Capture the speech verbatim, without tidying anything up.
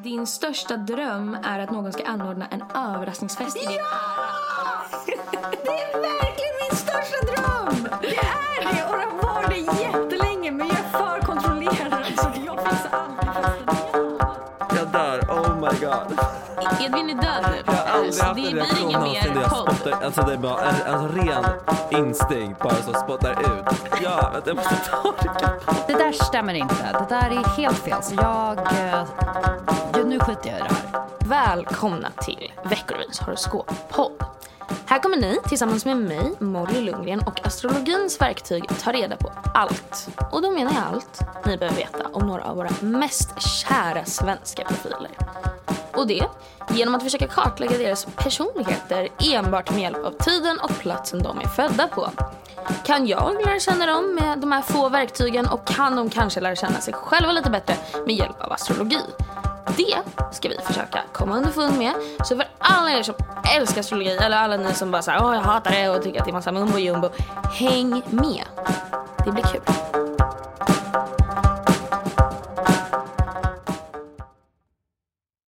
Din största dröm är att någon ska anordna en överraskningsfest i din ära. Det är verkligen min största dröm! Det är det, och det var det jättelänge. Men jag är för kontrollerad, så jag fixar alltid festen. Jag dör, oh my god. Edvin är död nu. Jag har aldrig haft Det en blir reaktion ingen någonsin mer där jag podd. spottar. Alltså det är bara en, en ren instinkt bara som spottar ut. Ja, vänta, jag måste torka. Det där stämmer inte. Det där är helt fel. Så jag... eh, ja, nu skiter jag i det här. Välkomna till Veckorevins horoskop-podd. Här kommer ni tillsammans med mig, Molly Lundgren, och astrologins verktyg ta reda på allt. Och då menar jag allt ni behöver veta om några av våra mest kära svenska profiler. Och det genom att försöka kartlägga deras personligheter enbart med hjälp av tiden och platsen de är födda på. Kan jag lära känna dem med de här få verktygen, och kan de kanske lära känna sig själva lite bättre med hjälp av astrologi? Det ska vi försöka komma underfund med. Så för alla er som älskar astrologi, eller alla ni som bara säger åh jag hatar det och tycker att det är massa mumbo jumbo, häng med. Det blir kul.